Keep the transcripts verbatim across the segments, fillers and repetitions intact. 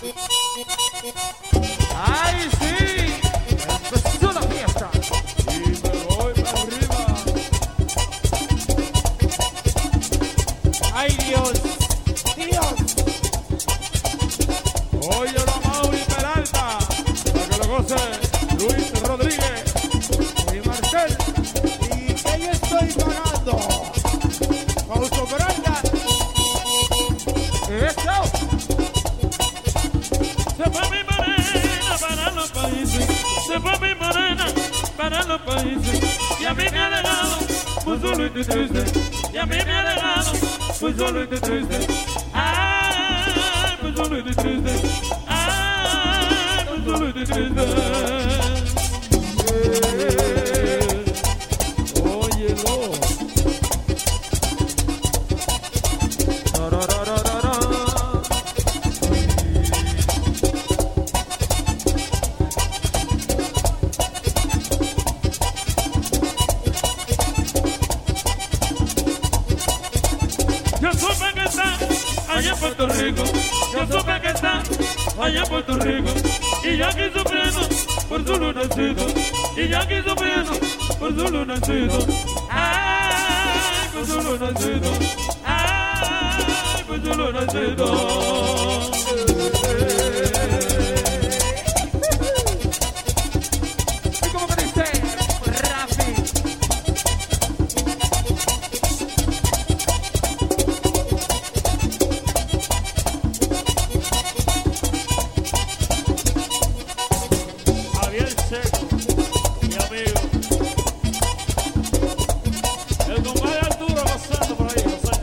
¡Ay, sí! ¡Empezó la fiesta! Y me voy para arriba. ¡Ay, Dios! ¡Dios! Oye, la Mauri Peralta, para que lo goce Luis Rodríguez y Marcel. ¿Y qué yo estoy pagando? Fausto Peralta. ¡Eso! Se fue mi morena para los países, se fue mi morena para los países, y a mí me ha dejado muy solo y triste, y a mí me ha dejado muy solo y triste, ay, muy solo y triste, ay, muy solo y triste. Óyelo. Yo supe que está allá en Puerto Rico, yo supe que está allá en Puerto Rico, y yo aquí sufriendo por su lunacito, y yo aquí sufriendo por su lunacito, ay, por su lunacito, ay, por su lunacito. ¿Y cómo que dice? Rafi. Javier Seco, mi amigo. El compadre Arturo pasando por ahí, José.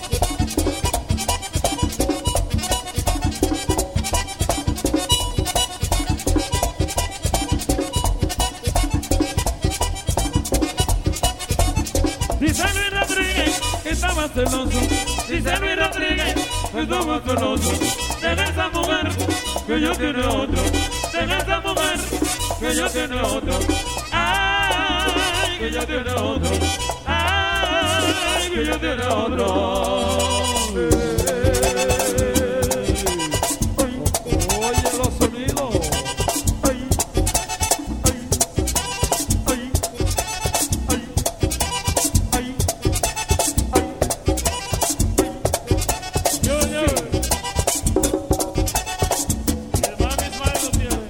Dice Luis Rodríguez que estaba celoso, dice Luis Rodríguez que estaba celoso. Deja esa mujer que yo tiene otro, deja esa mujer que yo tiene otro, ay, que yo tiene otro, ay, que yo tiene otro. Oye los sonidos. Ay, ay, ay, ay, ay, ay, ay. Yo, yo. Mi hermano Ismael lo tiene.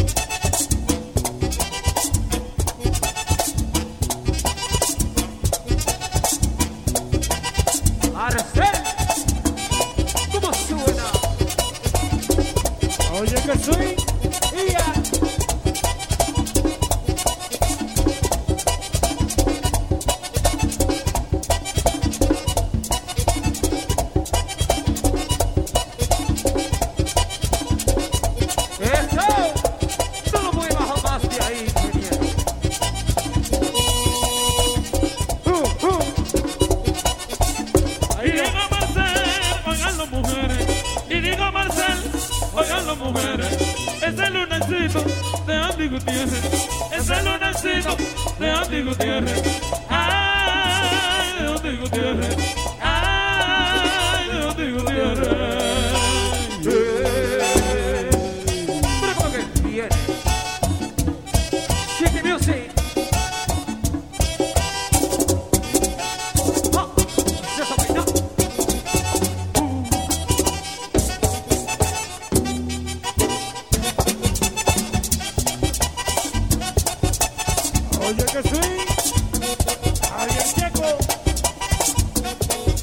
Arcel. ¿Cómo suena? Oye que soy. Y ya. Eso. No lo voy a bajar más de ahí, ingeniero. Uh, uh. Y digo Marcel, oigan las mujeres. Y digo Marcel, oigan las mujeres. Ese lunacito de Andy Gutiérrez. Ese lunacito de Andy Gutiérrez. Ay, de Andy Gutiérrez. Ay, de Andy Gutiérrez. Pero como que viene. Chiqui Music. Ah, esa vaina. Uh. Oye que sí. Javier Checo.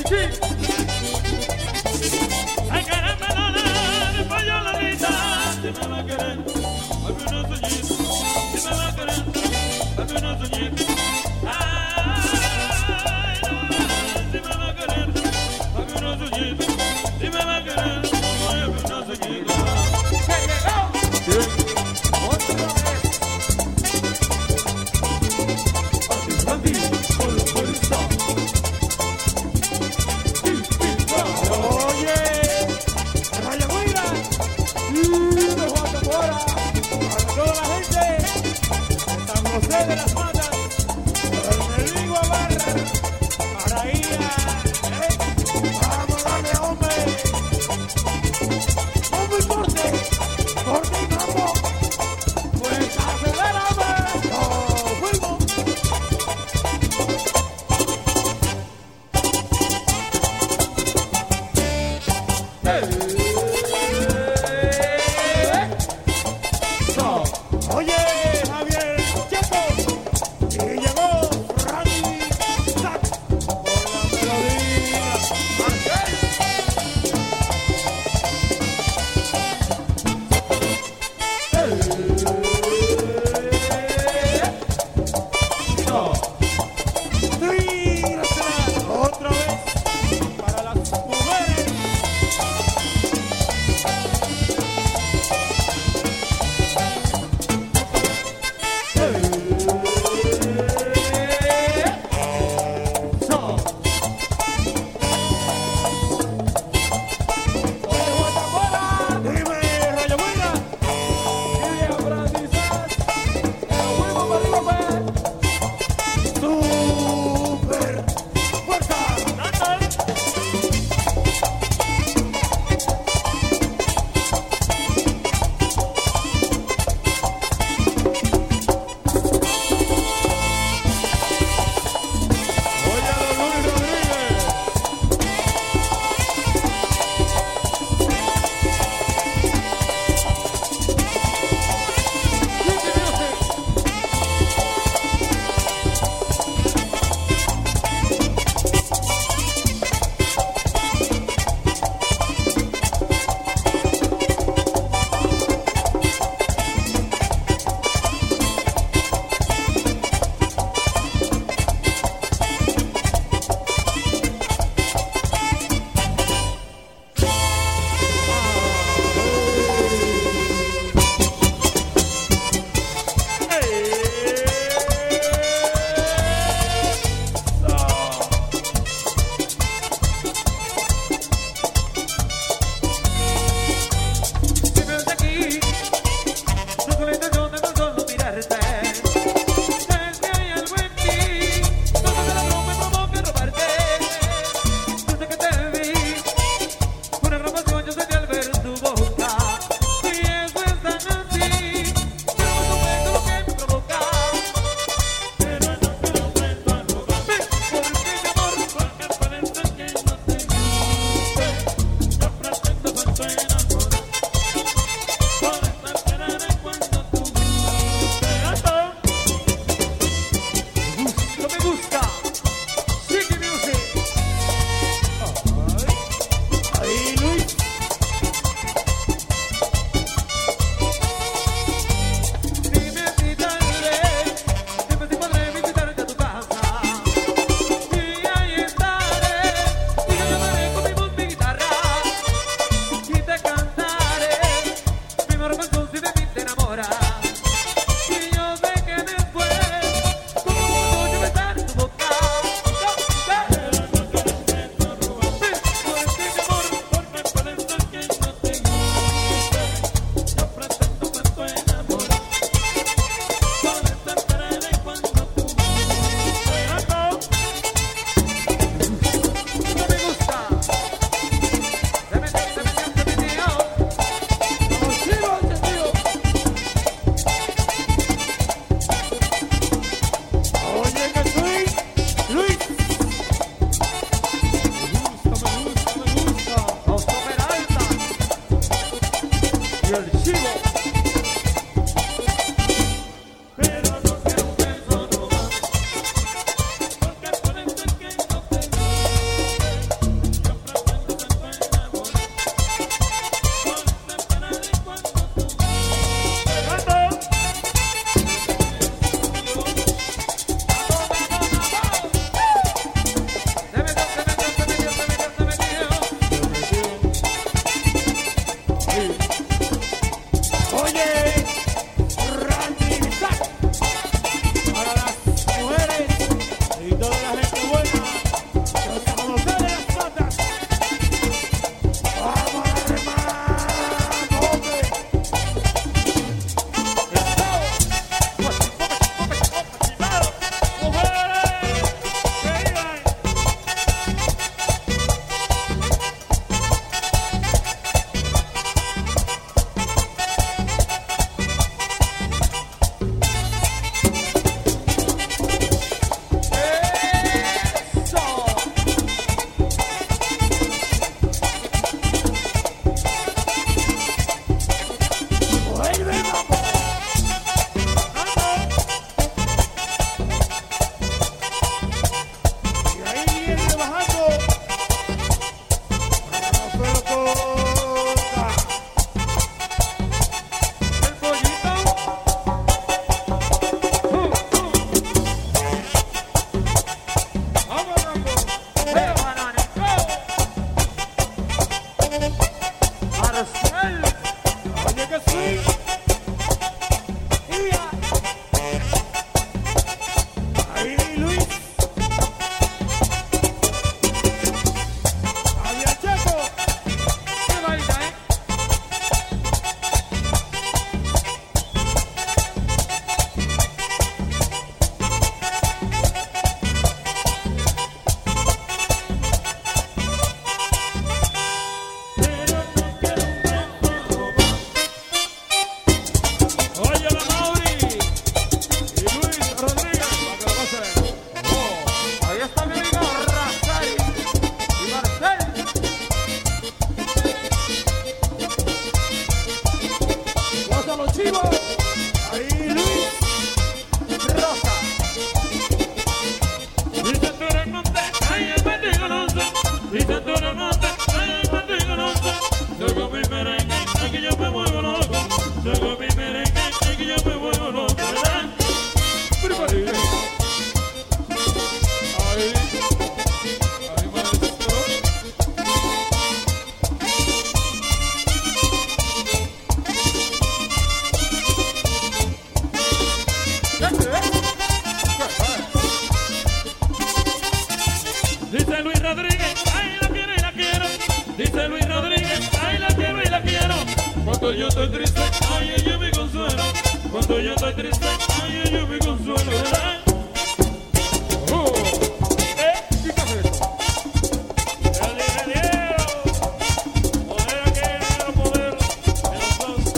Ay, caramba, no le pollo la lista. Si me va a querer, hazme unos sueñitos. Si me va a querer, hazme unos sueñitos. Ay, no, si me va a querer, hazme unos sueñitos. Si me va a querer, hazme unos sueñitos. ¡Se llegó! Bien. ¡Otra vez! Andy, con los puristas. Oye, Raya Guira y de Juan Zamora, para toda la gente de San José de las Matas, para el Enemigo Barra, para ir a... ¿eh? Vamos a darle, hombre. Vamos y corte, corte y vamos. Pues acelera, hombre. Nos fuimos. Oye, Javier Checo, y llegó Randy Sack con la melodía Marcel. Tírasela otra vez para las mujeres. Luis Rodríguez, ay, la quiero y la quiero. Dice Luis Rodríguez, ay, la quiero y la quiero. Cuando yo estoy triste, ay, ella me consuela. Cuando yo estoy triste, ay, ella me consuela, ¿verdad? Oh. ¿Eh? ¿Qué es esto? El ingeniero, poder aquel, poder de los dos.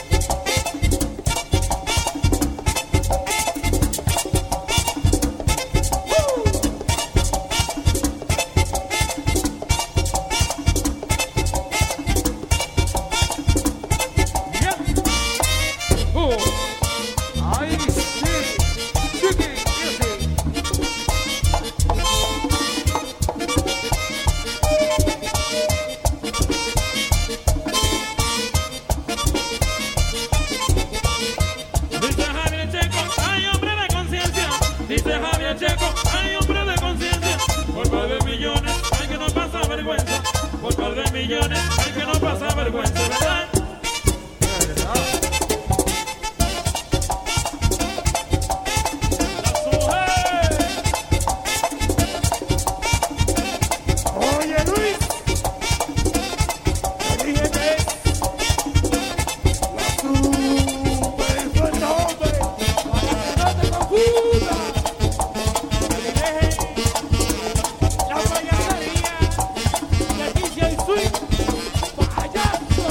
Dice Javier Checo, ay, hombre de conciencia. Dice Javier Checo, ay, hombre de conciencia. Por par de millones, ay, que no pasa vergüenza. Por par de millones, ay, que no pasa vergüenza, ¿verdad? La mujer. Oye, Luis. Te dije que es la super fuerza, hombre. Para que no te confundas. Que dejen la payasería. Y aquí sí hay swing. Payaso.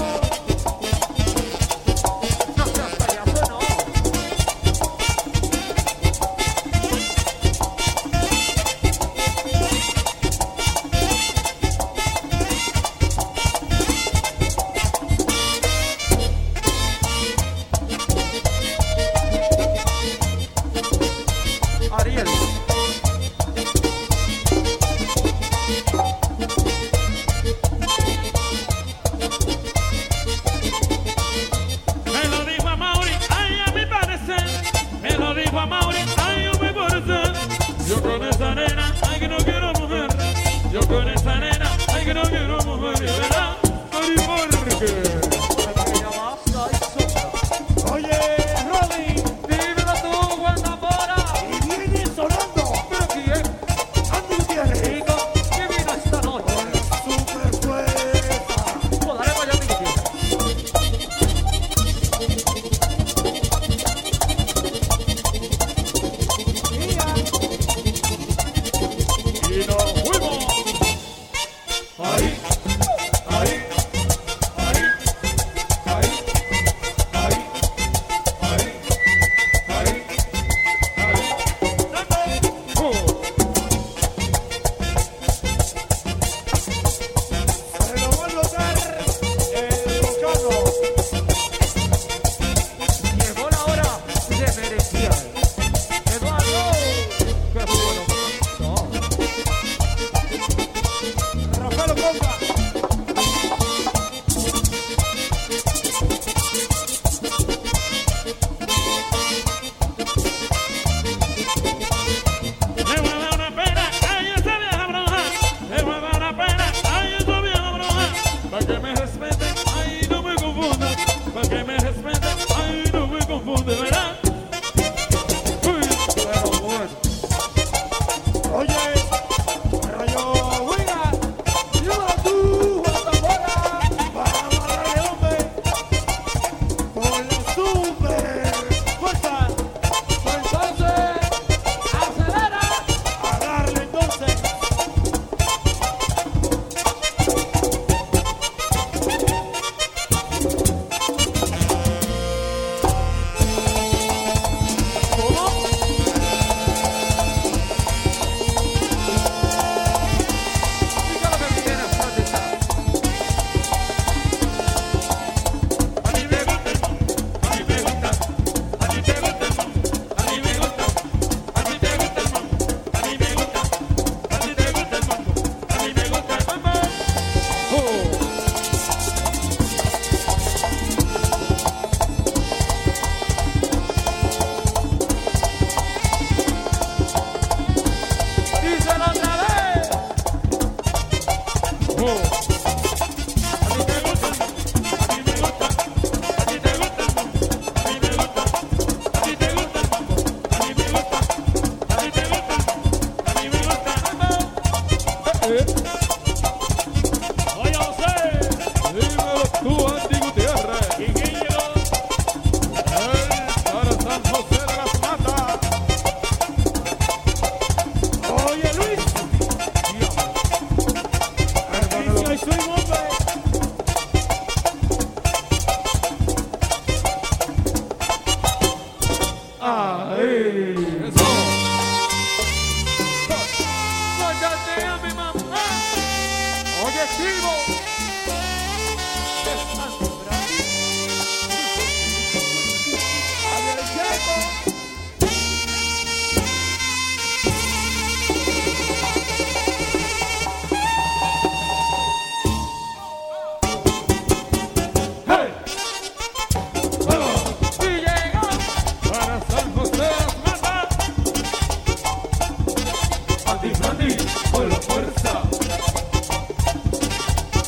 No seas payaso, no. Ariel. Me lo dijo a Mauri, ay, a mi parecer. Me lo dijo a Mauri, ay, a mi parecer. Yo con esa nena, ay, que no quiero mujer. Yo con esa nena, ay, que no quiero mujer, ¿verdad? Ari Borges. Oye, Roddy. Dímelo tú, Guanamora. Y viene sonando. ¿Pero quién? Andy Gutiérrez. Rico, ¿qué vino esta noche? Super fuerza. Pues dale para allá, mi chica. Y nos fuimos. Oye, José. Dímelo tú, Andy Gutiérrez. ¿Y quién llegó? El para San José de las Matas. Oye, Luis. Patricio y soy hombre. Ahí. Eso. Guárdate a mi mamá. Oye, Chivo. ¡Hey! ¡Vamos! Y llegó. Para San José de las Matas. Andy, Andy, con la fuerza.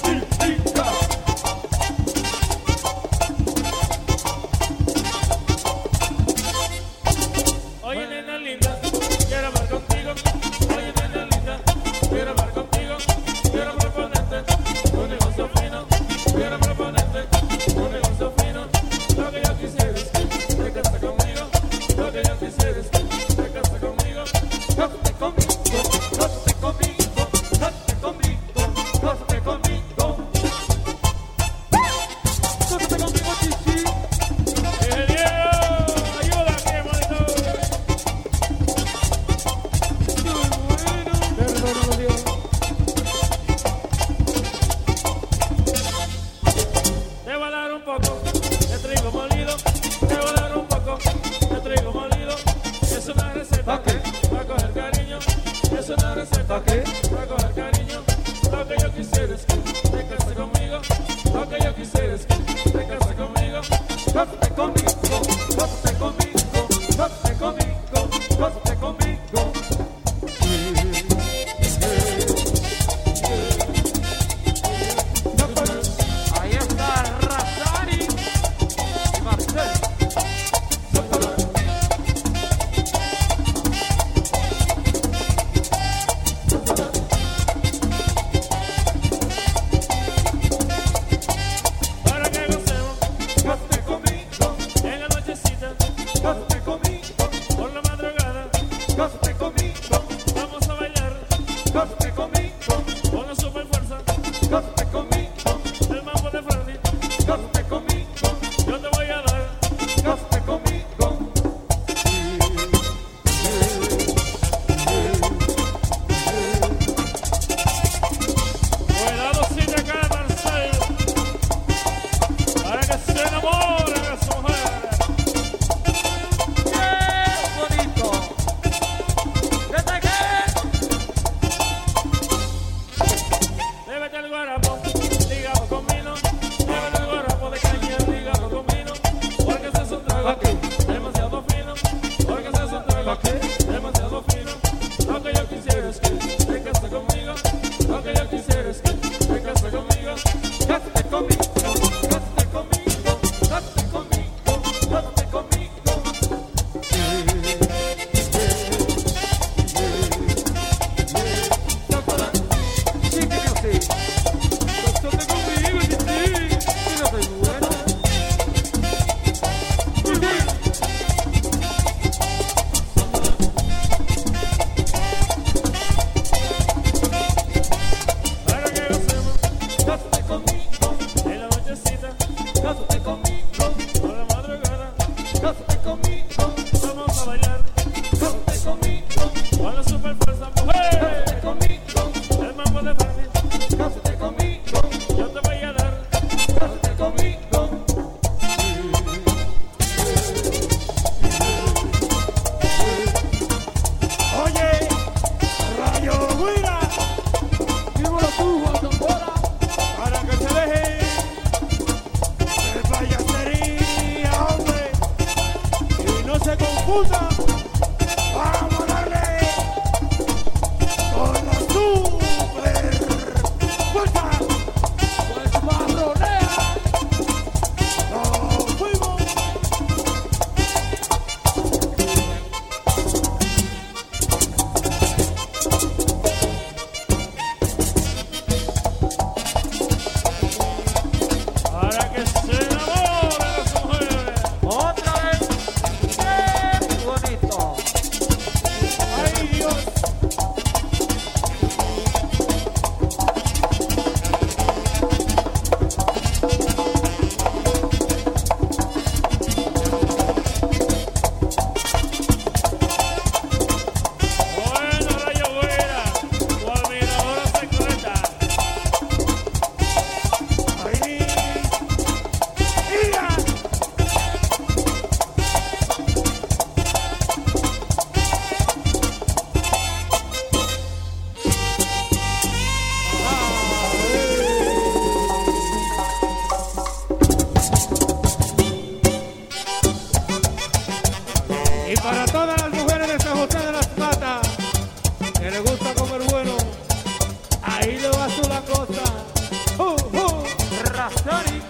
le va su la cosa. Uh, uh. Rasari.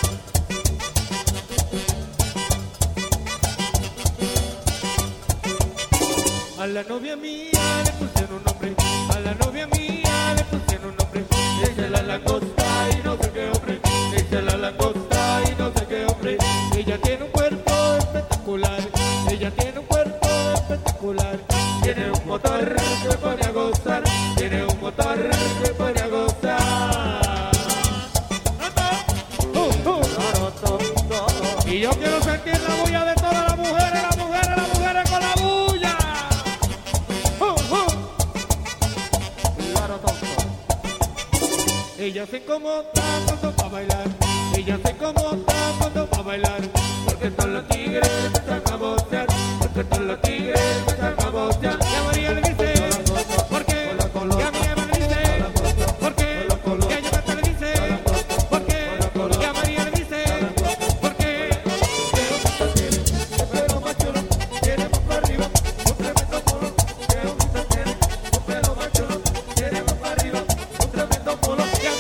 A la novia mía le pusieron un nombre, a la novia mía le pusieron un nombre. Ella es la langosta y no sé qué hombre, ella es la langosta y no sé qué hombre. Ella tiene un cuerpo espectacular, ella tiene un cuerpo espectacular. Tiene un motor que pone a gozar, tiene un motor que pone a gozar. Uh, uh. Y yo quiero sentir la bulla de todas las mujeres, las mujeres, las mujeres con la bulla. Ella se incomoda cuando va a bailar, ella se incomoda cuando va a bailar, porque todos los tigres empiezan a bocear, porque todos los tigres empiezan a bocear. Y a María le dice, ¿por qué? Y a mi Eva le dice, ¿por qué? Y a Yolanda le dice, ¿por qué? Y a María le dice, ¿por qué? Que pelo más chulo, tiene más para arriba, un tremendo polo, que bonita tiene, un pelo más chulo, tiene más para arriba, un tremendo polo.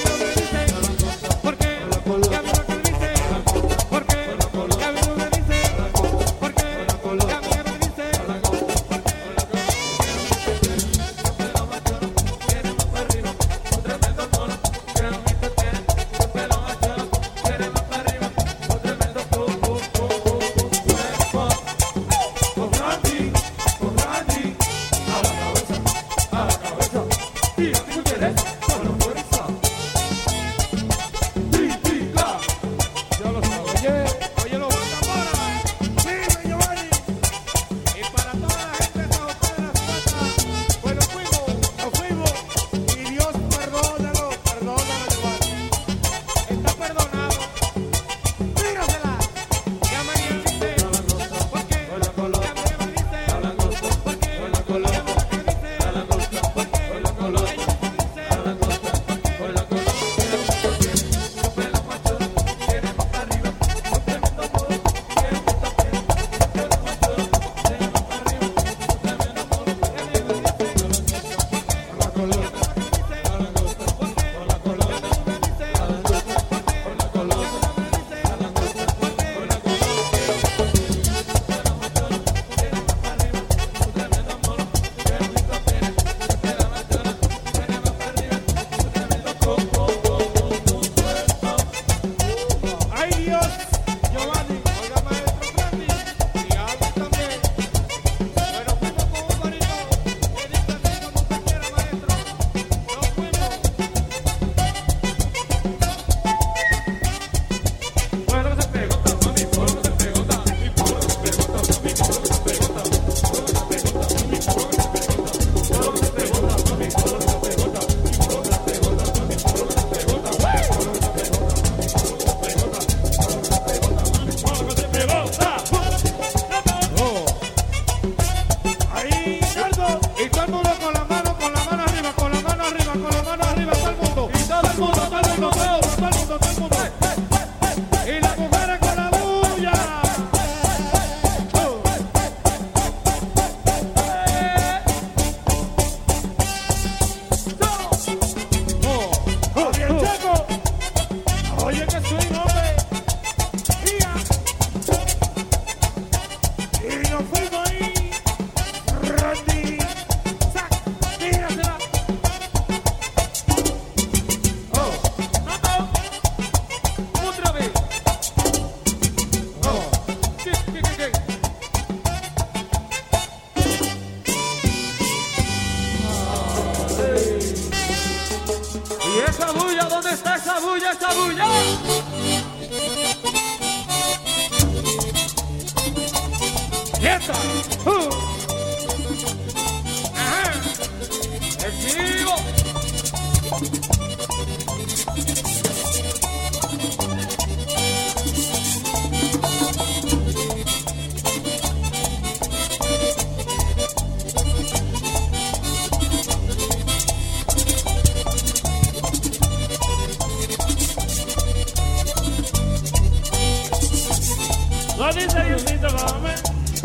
Lo dice Diosito Gómez,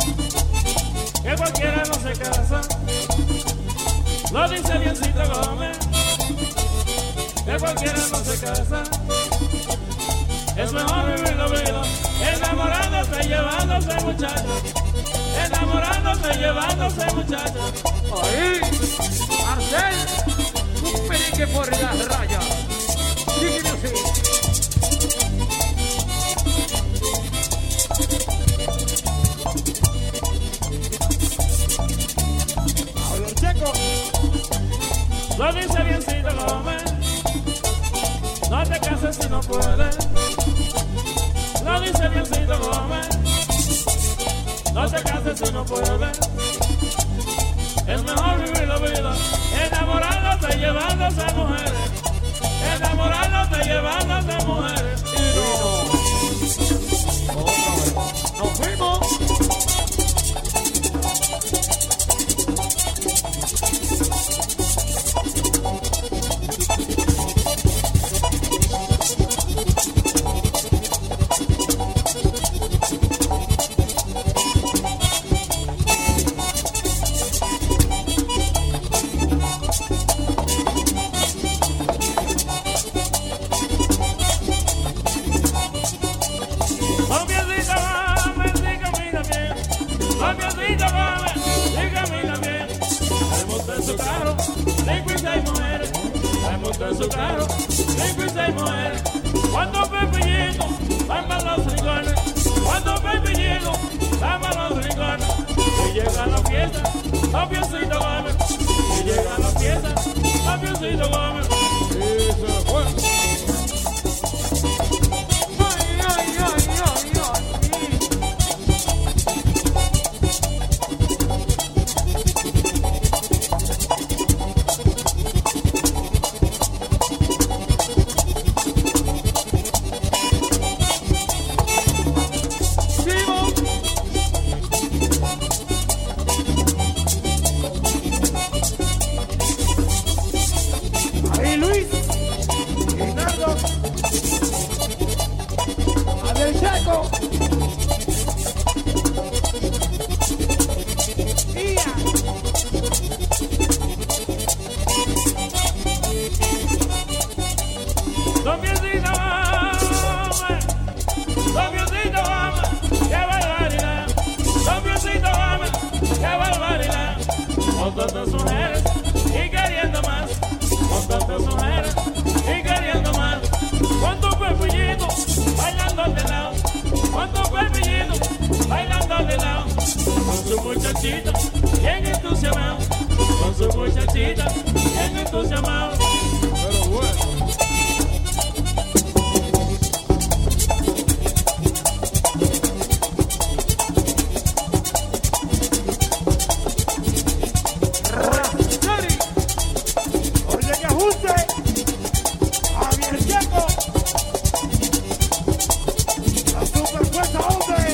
que cualquiera no se casa. Lo dice Diosito Gómez, cualquiera no se casa. Es mejor vivir la vida enamorándose, llevándose muchachos. Enamorándose, llevándose muchachos. Ahí, Marcel, un merengue por la raya. Sígueme así. Javier Checo. Lo dice biencito Gómez. No te cases si no puedes. Lo dice biencito Gómez. No te cases si no puedes. Es mejor vivir la vida enamorándote, llevándose a mujeres. Enamorándote, llevándose a mujeres. Y no. Otra vez. Nos fuimos. En su carro, cinco y seis mujeres. Cuando Pepillito van para los rincones, cuando Pepillito van para los rincones. Y llega la fiesta, Papiocito Gómez. Y llega la fiesta, Papiocito Gómez. Y se fue. Ay, ay, ay, ay, ay. Ahí Luis. Ricardo. Javier Checo. Ia. Papiocito Gómez, Papiocito Gómez, qué barbaridad. Papiocito Gómez, qué barbaridad. Con tantas mujeres y queriendo más. Con tantas mujeres y queriendo más. Cuántos pepillitos bailando de lado. Cuántos pepillitos bailando de lado. Con su muchachita bien entusiasmado. Con su muchachita bien entusiasmado. Pero bueno. Oye que ajuste. Javier Checo. La super fuerza, hombre.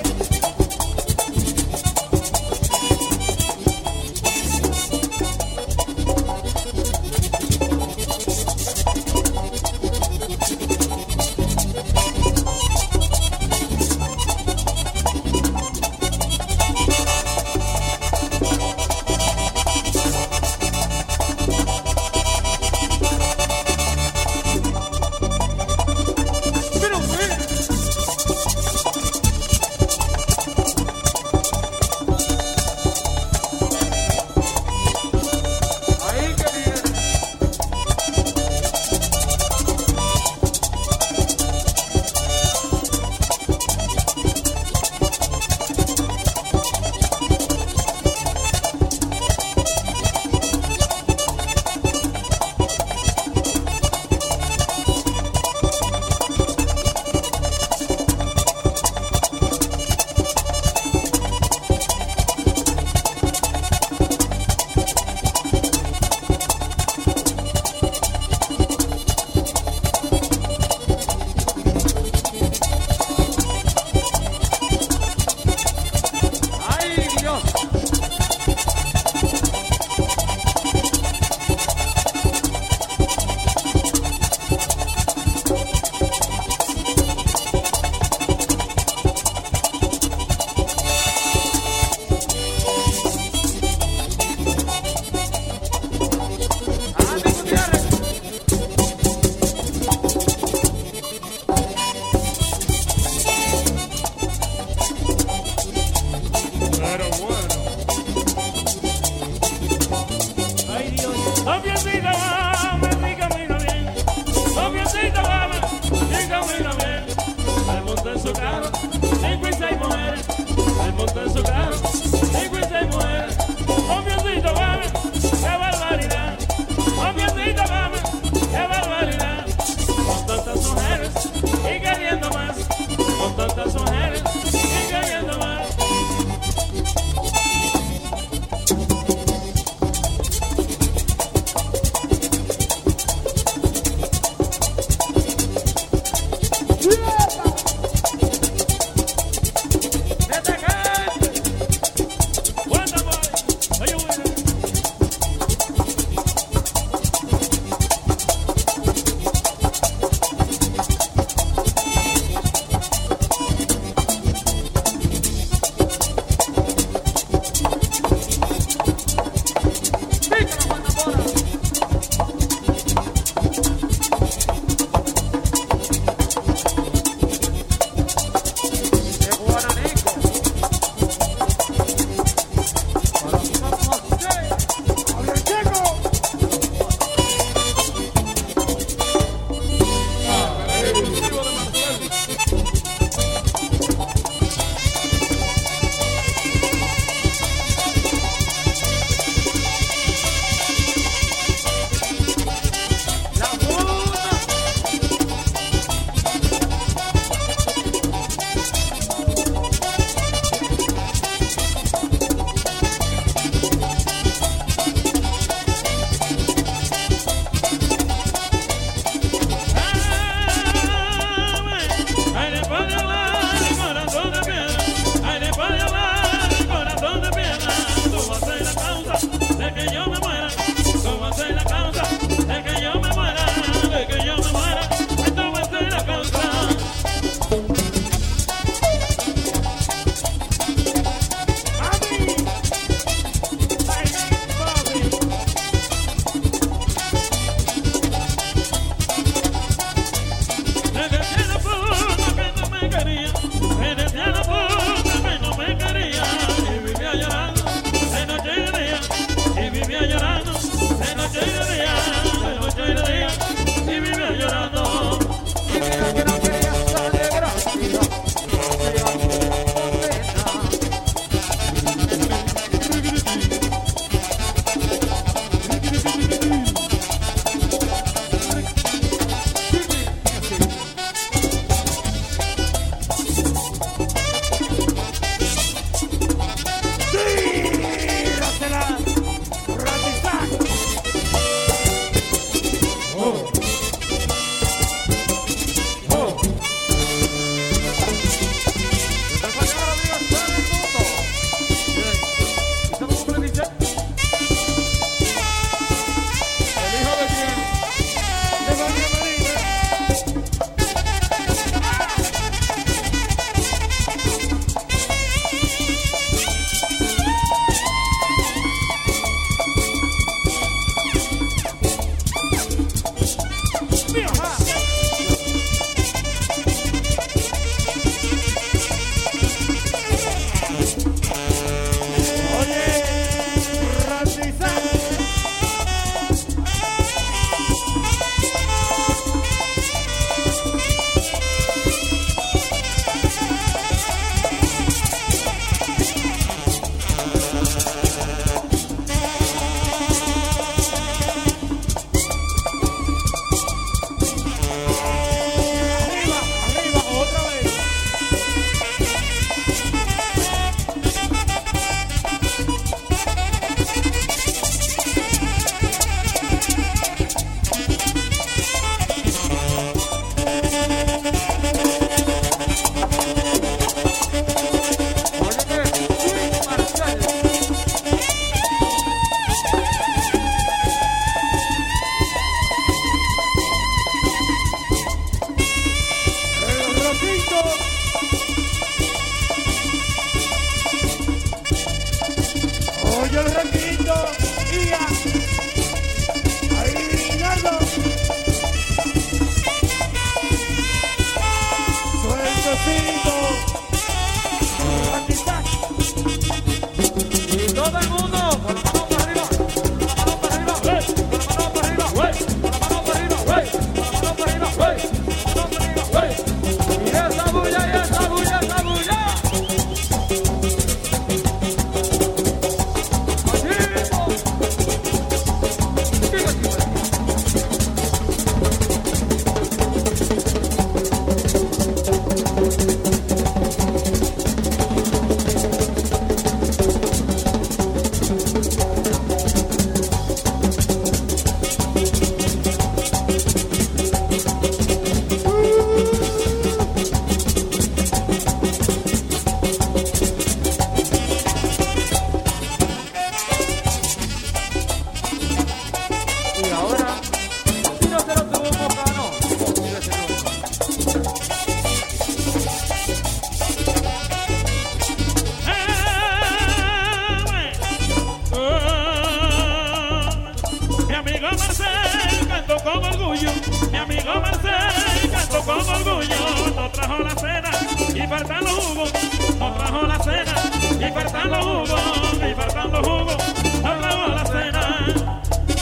y faltan los jugos, no trajo la cena, y faltan los jugos, y faltan los jugos, no trajo la cena.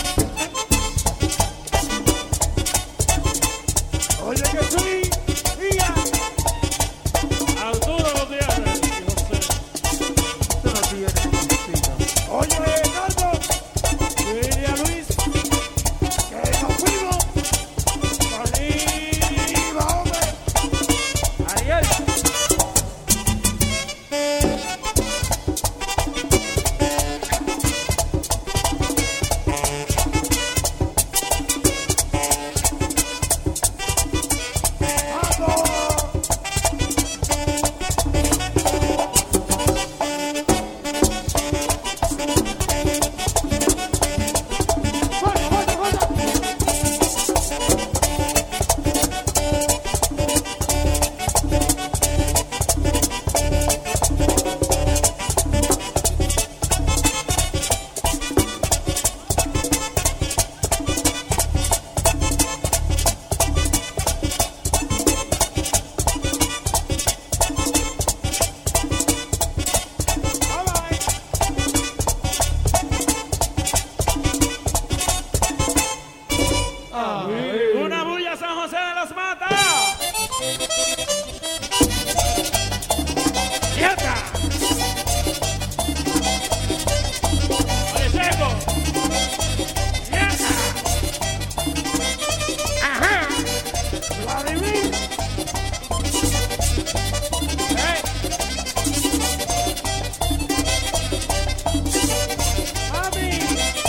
Oye que soy mía. Arturo Gutiérrez y José. Esto no tiene cosita. Oye, Ricardo. Dile a Luis que nos fuimos. Arriba, hombre. Ariel. Una bulla San José de los Mata. ¡Quieta! Oye, seco. ¡Quieta! ¡Ajá! Vladimir. ¡Eh! Mami.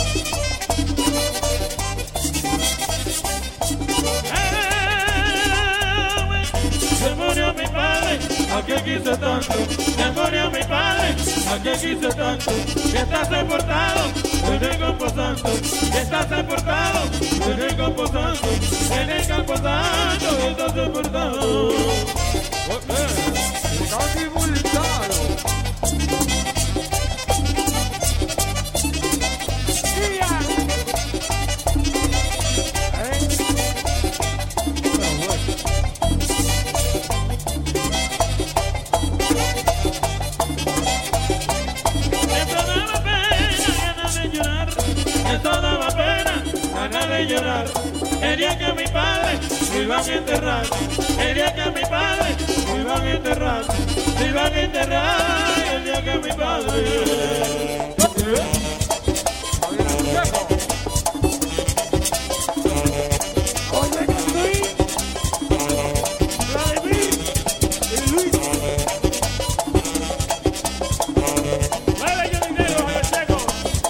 Se murió mi padre, ¿a qué quise tanto? Se murió mi padre, ¿a qué quise tanto? Que estás deportado, en el campo santo. Que estás deportado, en el campo santo. En el campo santo, que estás deportado. Está divulgado. Mía. ¿Eh? Esto daba pena, ganas de llorar. Esto daba pena, ganas de llorar. El día que mi padre me iban a enterrar. El día que mi padre me iban a enterrar. Me iban a enterrar. El día que mi padre. Oye que soy Vladimir y Luis. Vale, yo dinero, Javier Seco.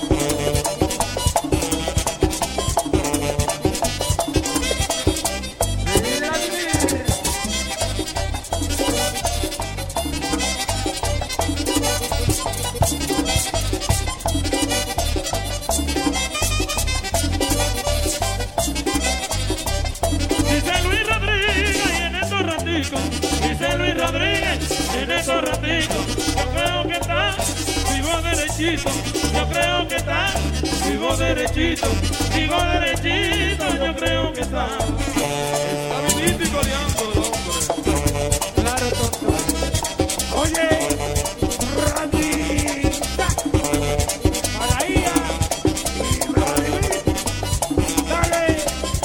Dice Luis Rodríguez y en estos raticos, dice Luis Rodríguez y en estos raticos, yo creo que está vivo derechito, yo creo que está vivo derechito, vivo derechito, yo creo que está. Está vivito y coleando el hombre. Claro, tonto. Oye, Randy. Paraía y Vladimir. Dale.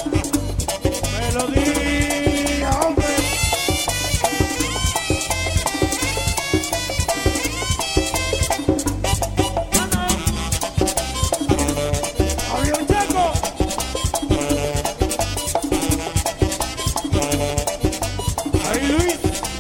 Melodía, hombre. Avión Checo. Ahí Luis.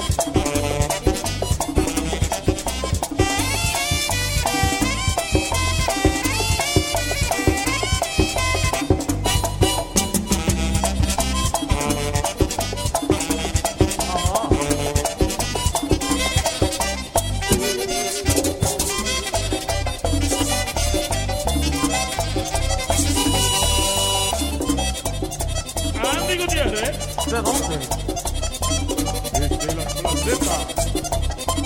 Andy Gutiérrez. ¿De dónde? Desde la placeta.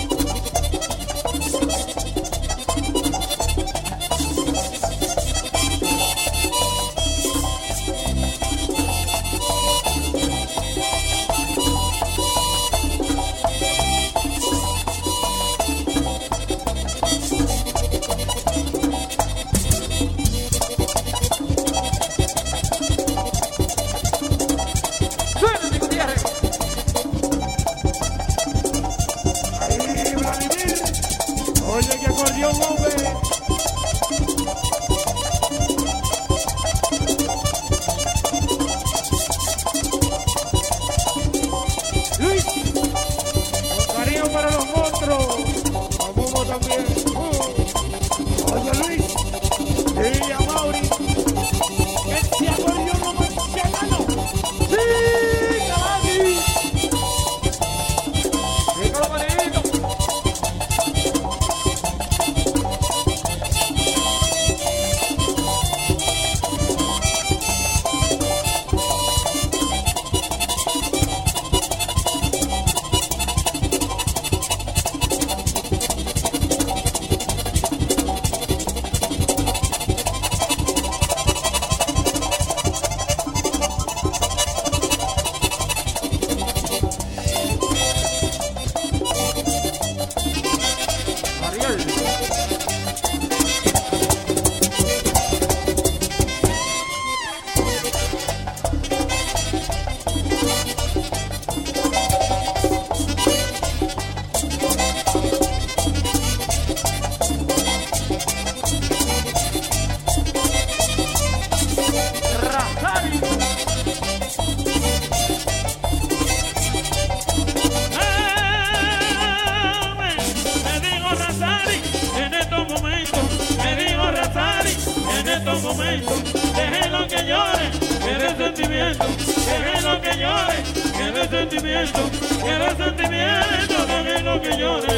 que llore, quiere sentimiento, quiere sentimiento, déjenlo que llore.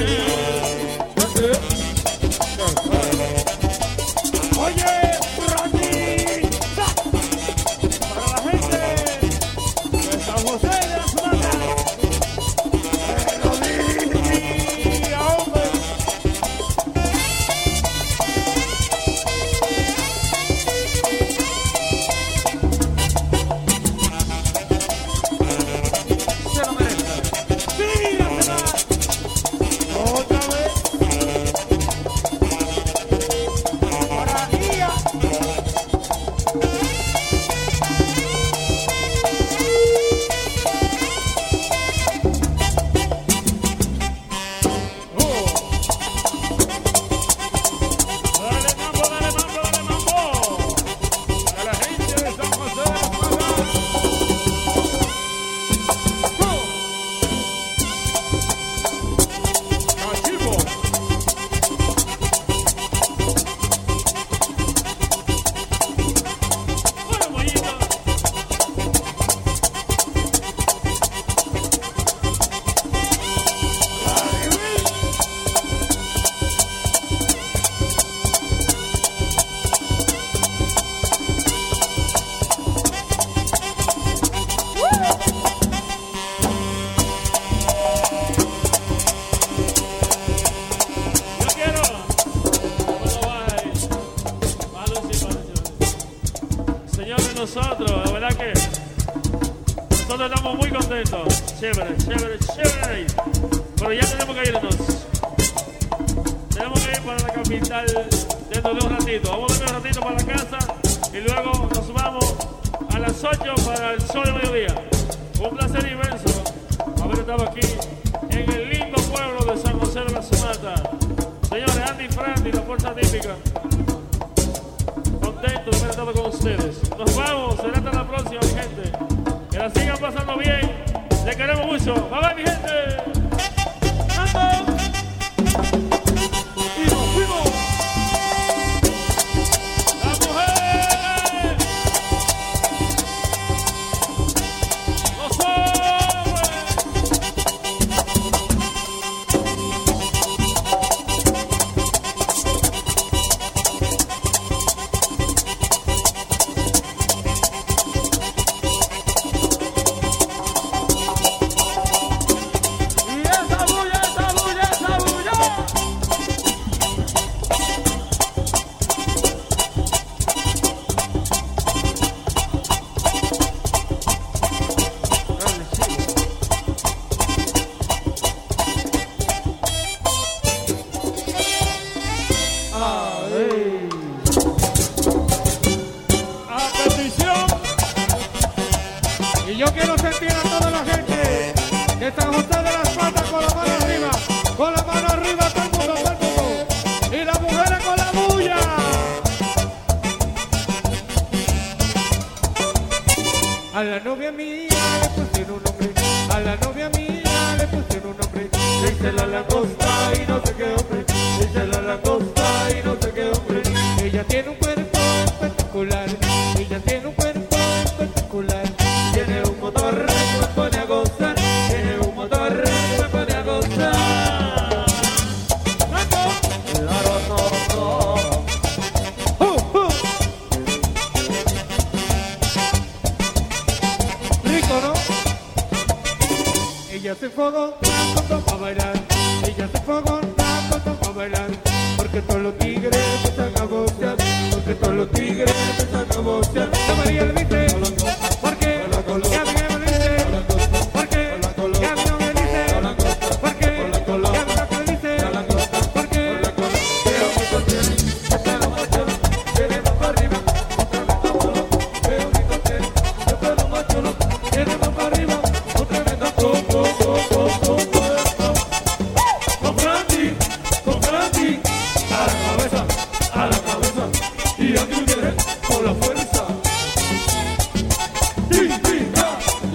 Oye, Randy, para la gente de San José de las Matas, melodía, hombre. Se lo merece. Tíratela. Otra vez. Para Ia. Oh. Dale mambo, dale mambo, dale mambo. A la gente de San José de las Matas. Oh. Cachivo. Bueno, mollito. Yo quiero. Bueno, bye. Vale, sí, vale, sí. Señores, nosotros, la verdad que nosotros estamos muy contentos. Chévere, chévere, chévere. Pero ya tenemos que irnos. Tenemos que ir para la capital dentro de un ratito. Vamos a dormir un ratito para la casa y luego nos vamos a las ocho para el sol de mediodía. Un placer inmenso haber estado aquí en el lindo pueblo de San José de las Matas. Señores, Andy Franti, la fuerza típica. Contento de haber estado con ustedes. Nos vamos, será hasta la próxima, mi gente. Que la sigan pasando bien. Les queremos mucho. Bye bye, mi gente. ¡Ando! Y nos fuimos. ¡Las mujeres! ¡Los hombres! Y esa bulla, esa bulla, esa bulla. Ay. A petición. Y yo quiero sentir a toda la gente de San José de las Matas con la mano arriba, con la mano arriba, todo el mundo, todo el mundo. Y las mujeres con la bulla. A la novia mía le pusieron un nombre, a la novia mía le pusieron un nombre. Le hice la langosta y no sé qué hombre, le hice la langosta y no sé qué hombre. Ella tiene un cuerpo espectacular, ella tiene un cuerpo espectacular. Tiene un motor que me pone a gozar, tiene un motor que me pone a gozar. Claro, no, no. Uh, uh. Rico, ¿no? Ella se fogó para bailar, ella se fogó para bailar, porque todos los tigres empiezan a gozar, porque todos los tigres empiezan a gozar. La María le dice, ¿por qué? Y a mí no me dice, ¿por qué? Y a mí no me dice, ¿por qué? Y a mí no me dice, ¿por qué? Pero mi contenido está lo más chulo, tiene más para arriba, otra vez más chulo. Pero mi contenido está lo más chulo, tiene más para arriba, otra vez más chulo. Con Franti, con Franti, a la cabeza, a la cabeza, y aquí viene con la fuerza. Típica,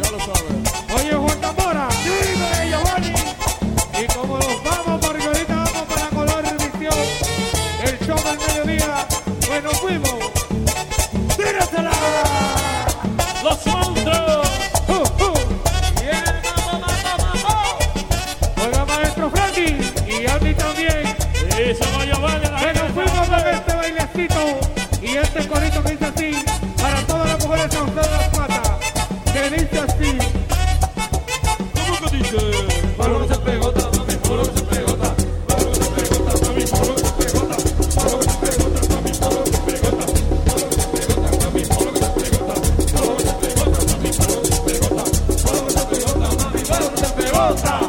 Bogotá.